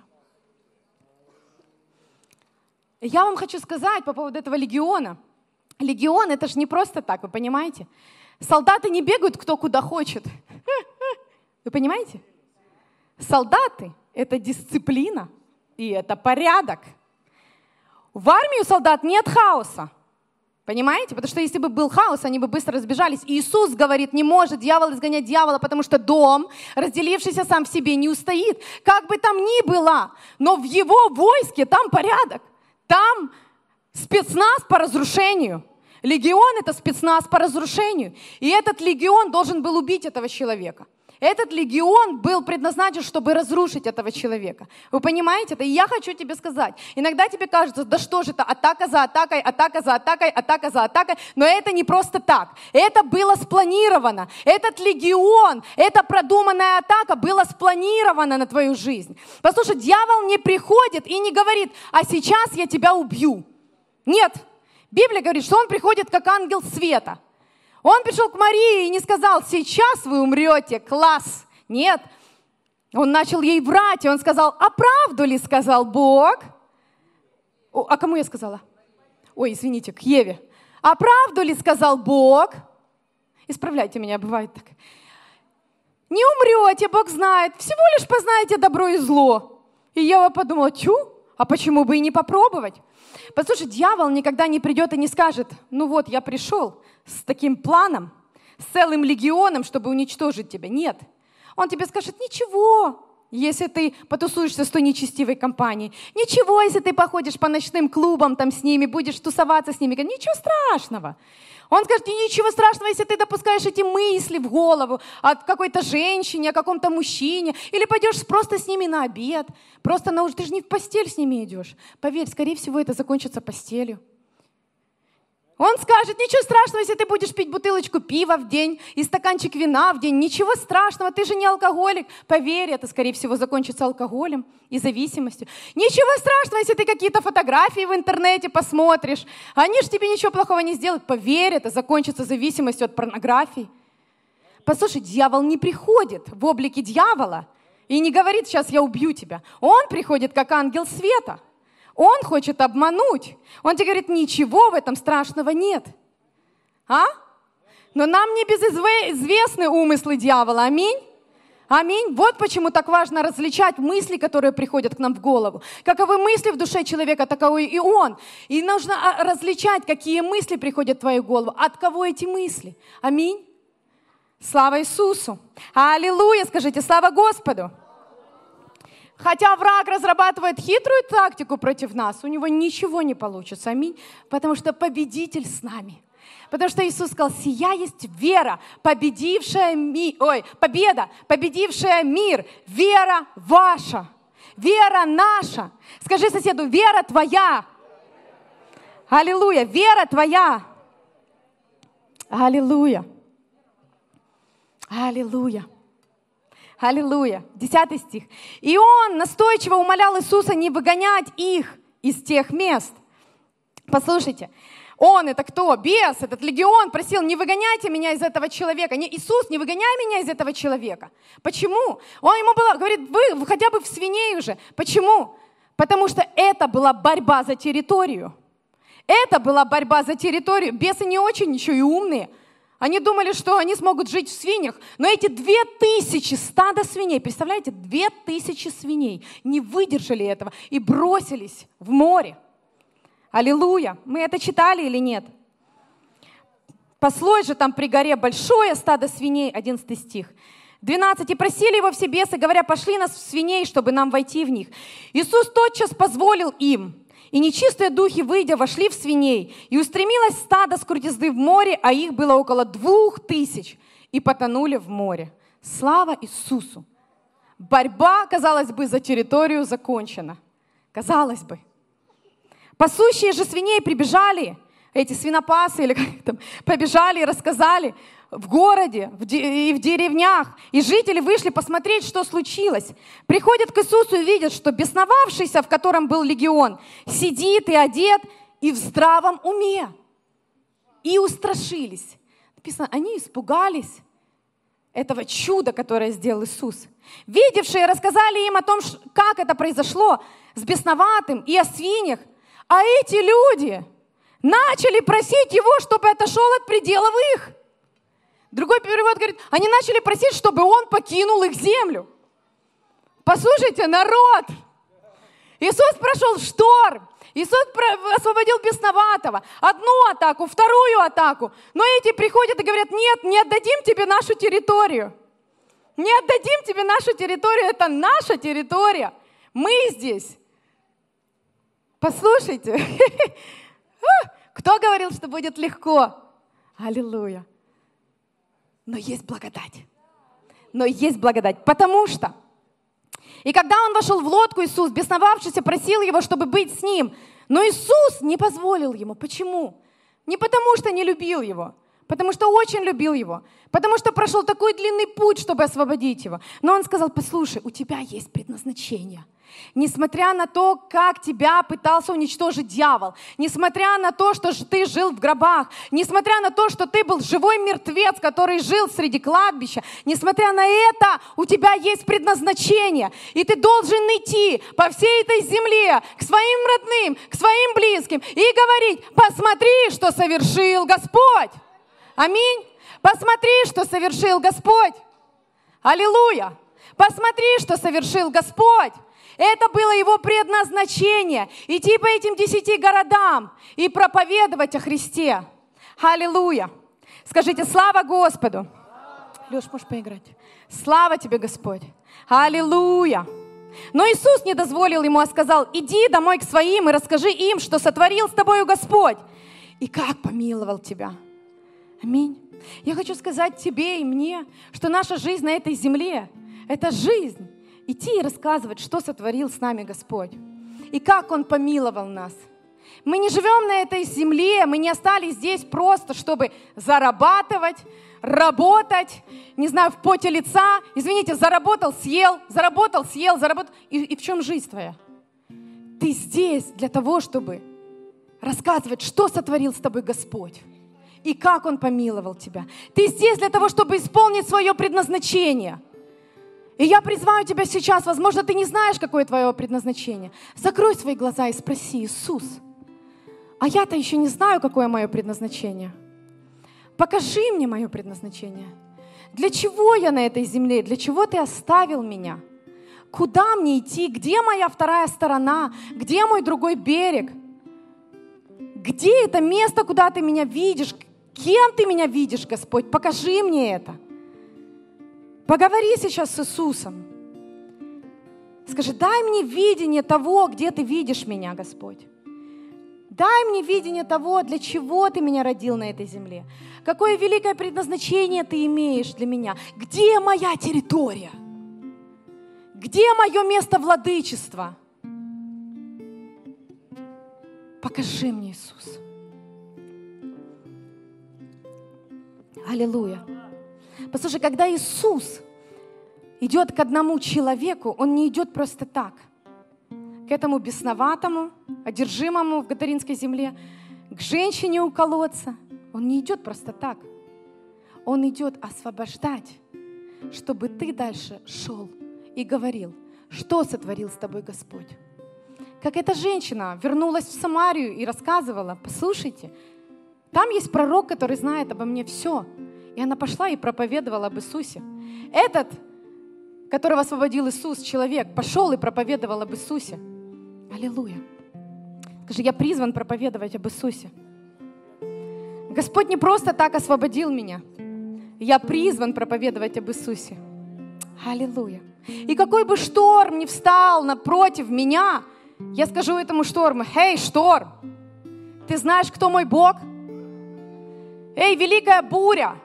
Я вам хочу сказать по поводу этого легиона. Легион — это же не просто так, вы понимаете? Солдаты не бегают кто куда хочет. Вы понимаете? Солдаты — это дисциплина и это порядок. В армии у солдат нет хаоса. Понимаете? Потому что если бы был хаос, они бы быстро разбежались. И Иисус говорит, не может дьявол изгонять дьявола, потому что дом, разделившийся сам в себе, не устоит. Как бы там ни было, но в его войске там порядок. Там спецназ по разрушению. Легион — это спецназ по разрушению. И этот легион должен был убить этого человека. Этот легион был предназначен, чтобы разрушить этого человека. Вы понимаете это? И я хочу тебе сказать, иногда тебе кажется, да что же это, атака за атакой, атака за атакой, атака за атакой, но это не просто так. Это было спланировано. Этот легион, эта продуманная атака была спланирована на твою жизнь. Послушай, дьявол не приходит и не говорит, а сейчас я тебя убью. Нет. Библия говорит, что он приходит как ангел света. Он пришел к Марии и не сказал, сейчас вы умрете, класс. Нет, он начал ей врать, и он сказал, а правду ли сказал Бог? О, а кому я сказала? Ой, извините, к Еве. А правду ли сказал Бог? Исправляйте меня, бывает так. Не умрете, Бог знает. Всего лишь познаете добро и зло. И Ева подумала, тю, а почему бы и не попробовать? Послушай, дьявол никогда не придет и не скажет, ну вот, я пришел с таким планом, с целым легионом, чтобы уничтожить тебя. Нет. Он тебе скажет, ничего, если ты потусуешься с той нечестивой компанией. Ничего, если ты походишь по ночным клубам там с ними, будешь тусоваться с ними. Ничего страшного. Он скажет, ничего страшного, если ты допускаешь эти мысли в голову о какой-то женщине, о каком-то мужчине, или пойдешь просто с ними на обед. Просто на ужин. Ты же не в постель с ними идешь. Поверь, скорее всего, это закончится постелью. Он скажет, ничего страшного, если ты будешь пить бутылочку пива в день и стаканчик вина в день. Ничего страшного, ты же не алкоголик. Поверь, это, скорее всего, закончится алкоголем и зависимостью. Ничего страшного, если ты какие-то фотографии в интернете посмотришь. Они же тебе ничего плохого не сделают. Поверь, это закончится зависимостью от порнографии. Послушай, дьявол не приходит в облике дьявола и не говорит, сейчас я убью тебя. Он приходит как ангел света. Он хочет обмануть. Он тебе говорит, ничего в этом страшного нет. А? Но нам не безызвестны умыслы дьявола. Аминь. Аминь. Вот почему так важно различать мысли, которые приходят к нам в голову. Каковы мысли в душе человека, таковы и он. И нужно различать, какие мысли приходят в твою голову. От кого эти мысли? Аминь. Слава Иисусу. Аллилуйя. Скажите, слава Господу. Хотя враг разрабатывает хитрую тактику против нас, у него ничего не получится. Аминь. Потому что победитель с нами. Потому что Иисус сказал, сия есть вера, победившая мир, ой, победа, победившая мир, вера ваша, вера наша. Скажи соседу, вера твоя. Аллилуйя, вера твоя. Аллилуйя. Аллилуйя. Аллилуйя. Десятый стих. И он настойчиво умолял Иисуса не выгонять их из тех мест. Послушайте, он это кто? Бес, этот легион просил, не выгоняйте меня из этого человека. Не, Иисус, не выгоняй меня из этого человека. Почему? Он ему было, говорит, вы, вы хотя бы в свиней уже. Почему? Потому что это была борьба за территорию. Это была борьба за территорию. Бесы не очень еще и умные. Они думали, что они смогут жить в свиньях. Но эти две тысячи стада свиней, представляете, две тысячи свиней не выдержали этого и бросились в море. Аллилуйя! Мы это читали или нет? Паслось же там при горе большое стадо свиней, одиннадцатый стих. двенадцать. И просили его все бесы, говоря, пошли нас в свиней, чтобы нам войти в них. Иисус тотчас позволил им. И нечистые духи, выйдя, вошли в свиней, и устремилось стадо с крутизны в море, а их было около двух тысяч, и потонули в море. Слава Иисусу! Борьба, казалось бы, за территорию закончена. Казалось бы. Пасущие же свиней прибежали, эти свинопасы, или как там, побежали и рассказали в городе в де- и в деревнях. И жители вышли посмотреть, что случилось. Приходят к Иисусу и видят, что бесновавшийся, в котором был легион, сидит и одет, и в здравом уме. И устрашились. Написано, они испугались этого чуда, которое сделал Иисус. Видевшие рассказали им о том, как это произошло с бесноватым и о свиньях. А эти люди начали просить его, чтобы отошел от пределов их. Другой перевод говорит, они начали просить, чтобы он покинул их землю. Послушайте, народ, Иисус прошел шторм, Иисус освободил бесноватого. Одну атаку, вторую атаку. Но эти приходят и говорят, нет, не отдадим тебе нашу территорию. Не отдадим тебе нашу территорию, это наша территория. Мы здесь. Послушайте, кто говорил, что будет легко? Аллилуйя. Но есть благодать. Но есть благодать. Потому что, и когда он вошел в лодку, Иисус, бесновавшийся, просил его, чтобы быть с ним. Но Иисус не позволил ему. Почему? Не потому, что не любил его. Потому что очень любил его. Потому что прошел такой длинный путь, чтобы освободить его. Но он сказал, послушай, у тебя есть предназначение. Несмотря на то, как тебя пытался уничтожить дьявол, несмотря на то, что ты жил в гробах, несмотря на то, что ты был живой мертвец, который жил среди кладбища, несмотря на это, у тебя есть предназначение, и ты должен идти по всей этой земле к своим родным, к своим близким и говорить: посмотри, что совершил Господь. Аминь. Посмотри, что совершил Господь. Аллилуйя. Посмотри, что совершил Господь. Это было его предназначение. Идти по этим десяти городам и проповедовать о Христе. Аллилуйя. Скажите: слава Господу. Леш, можешь поиграть? Слава тебе, Господь. Аллилуйя. Но Иисус не дозволил ему, а сказал: иди домой к своим и расскажи им, что сотворил с тобою Господь. И как помиловал тебя. Аминь. Я хочу сказать тебе и мне, что наша жизнь на этой земле — это жизнь. Идти и рассказывать, что сотворил с нами Господь. И как Он помиловал нас. Мы не живем на этой земле, мы не остались здесь просто, чтобы зарабатывать, работать, не знаю, в поте лица. Извините, заработал, съел, заработал, съел, заработал. И, и в чем жизнь твоя? Ты здесь для того, чтобы рассказывать, что сотворил с тобой Господь. И как Он помиловал тебя. Ты здесь для того, чтобы исполнить свое предназначение. И я призываю тебя сейчас, возможно, ты не знаешь, какое твое предназначение. Закрой свои глаза и спроси: Иисус, а я-то еще не знаю, какое мое предназначение. Покажи мне мое предназначение. Для чего я на этой земле? Для чего ты оставил меня? Куда мне идти? Где моя вторая сторона? Где мой другой берег? Где это место, куда ты меня видишь? Кем ты меня видишь, Господь? Покажи мне это. Поговори сейчас с Иисусом. Скажи: дай мне видение того, где ты видишь меня, Господь. Дай мне видение того, для чего ты меня родил на этой земле. Какое великое предназначение ты имеешь для меня. Где моя территория? Где мое место владычества? Покажи мне, Иисус. Аллилуйя. Послушай, когда Иисус идет к одному человеку, Он не идет просто так. К этому бесноватому, одержимому в Гадаринской земле, к женщине у колодца. Он не идет просто так. Он идет освобождать, чтобы ты дальше шел и говорил, что сотворил с тобой Господь. Как эта женщина вернулась в Самарию и рассказывала: послушайте, там есть пророк, который знает обо мне все. И она пошла и проповедовала об Иисусе. Этот, которого освободил Иисус, человек, пошел и проповедовал об Иисусе. Аллилуйя. Скажи: я призван проповедовать об Иисусе. Господь не просто так освободил меня. Я призван проповедовать об Иисусе. Аллилуйя. И какой бы шторм ни встал напротив меня, я скажу этому шторму: «Эй, шторм, ты знаешь, кто мой Бог? Эй, великая буря,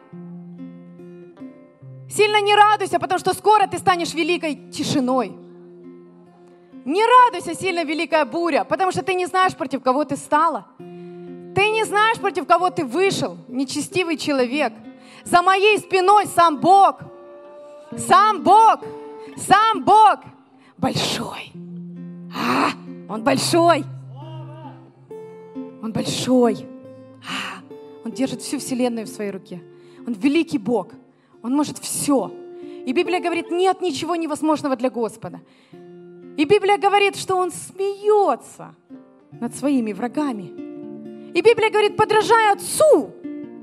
сильно не радуйся, потому что скоро ты станешь великой тишиной. Не радуйся, сильно великая буря, потому что ты не знаешь, против кого ты стала. Ты не знаешь, против кого ты вышел, нечестивый человек. За моей спиной сам Бог, сам Бог, сам Бог большой. А, Он большой. Он большой. А, Он держит всю вселенную в своей руке. Он великий Бог. Он может все. И Библия говорит: нет ничего невозможного для Господа. И Библия говорит, что Он смеется над своими врагами. И Библия говорит: подражай Отцу,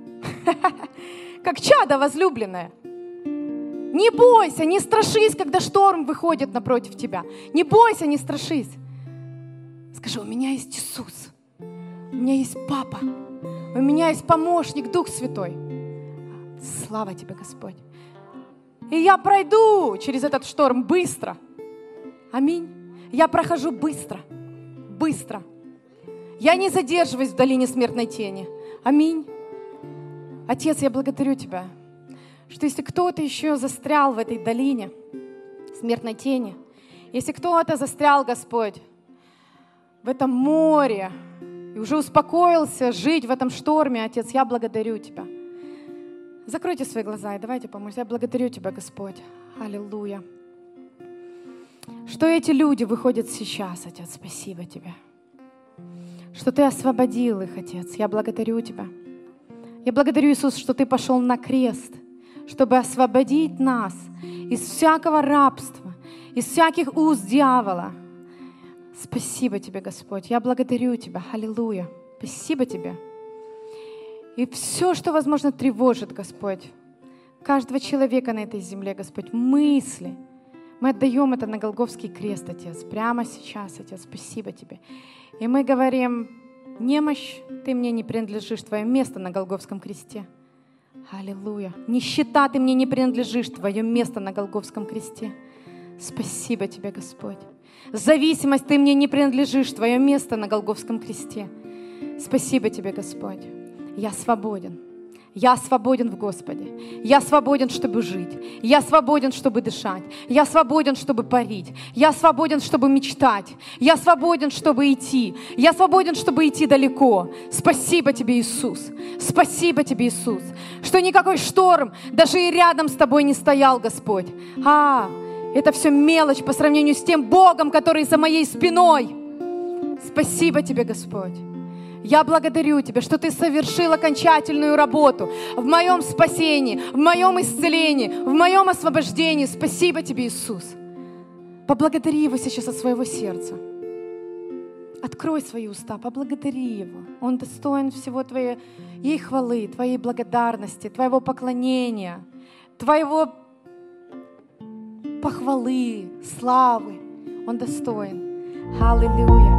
как чадо возлюбленное. Не бойся, не страшись, когда шторм выходит напротив тебя. Не бойся, не страшись. Скажи: у меня есть Иисус, у меня есть Папа, у меня есть помощник, Дух Святой. Слава тебе, Господь. И я пройду через этот шторм быстро. Аминь. Я прохожу быстро, быстро. Я не задерживаюсь в долине смертной тени. Аминь. Отец, я благодарю Тебя, что если кто-то еще застрял в этой долине смертной тени, если кто-то застрял, Господь, в этом море и уже успокоился жить в этом шторме, Отец, я благодарю Тебя. Закройте свои глаза и давайте помолимся. Я благодарю Тебя, Господь. Аллилуйя. что эти люди выходят сейчас, Отец. Спасибо Тебе, что Ты освободил их, Отец. Я благодарю Тебя. Я благодарю, Иисус, что Ты пошел на крест, чтобы освободить нас из всякого рабства, из всяких уз дьявола. Спасибо Тебе, Господь. Я благодарю Тебя. Аллилуйя. Спасибо Тебе. И все, что, возможно, тревожит, Господь, каждого человека на этой земле, Господь, мысли, мы отдаем это на Голгофский крест, Отец, прямо сейчас, Отец. Спасибо Тебе. И мы говорим: немощь, Ты мне не принадлежишь, Твое место на Голгофском кресте. Аллилуйя. Нищета, Ты мне не принадлежишь, Твое место на Голгофском кресте. Спасибо Тебе, Господь. Зависимость, Ты мне не принадлежишь, Твое место на Голгофском кресте. Спасибо Тебе, Господь. Я свободен. Я свободен в Господе. Я свободен, чтобы жить. Я свободен, чтобы дышать. Я свободен, чтобы парить. Я свободен, чтобы мечтать. Я свободен, чтобы идти. Я свободен, чтобы идти далеко. Спасибо Тебе, Иисус. Спасибо Тебе, Иисус, что никакой шторм даже и рядом с Тобой не стоял, Господь. А, это все мелочь по сравнению с тем Богом, который за моей спиной. Спасибо Тебе, Господь. Я благодарю Тебя, что Ты совершил окончательную работу в моем спасении, в моем исцелении, в моем освобождении. Спасибо Тебе, Иисус. Поблагодари Его сейчас от своего сердца. Открой свои уста, поблагодари Его. Он достоин всего Твоей ей хвалы, Твоей благодарности, Твоего поклонения, Твоего похвалы, славы. Он достоин. Аллилуйя.